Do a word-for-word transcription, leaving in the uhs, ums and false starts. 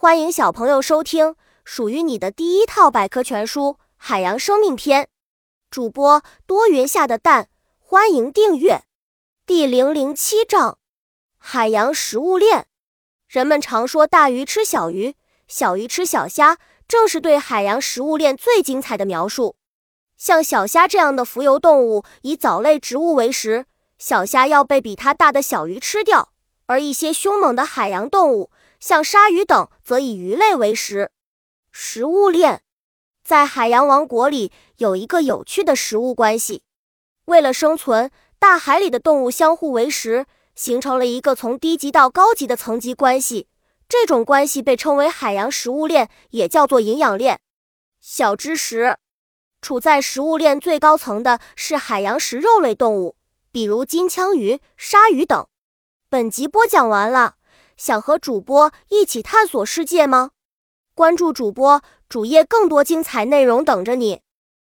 欢迎小朋友收听属于你的第一套百科全书《海洋生命篇》，主播多云下的蛋，欢迎订阅。第零零七章：海洋食物链。人们常说大鱼吃小鱼，小鱼吃小虾，正是对海洋食物链最精彩的描述。像小虾这样的浮游动物以藻类植物为食，小虾要被比它大的小鱼吃掉，而一些凶猛的海洋动物像鲨鱼等则以鱼类为食。食物链在海洋王国里有一个有趣的食物关系。为了生存，大海里的动物相互为食，形成了一个从低级到高级的层级关系。这种关系被称为海洋食物链，也叫做营养链。小知识：处在食物链最高层的是海洋食肉类动物，比如金枪鱼、鲨鱼等。本集播讲完了，想和主播一起探索世界吗？关注主播主页，更多精彩内容等着你。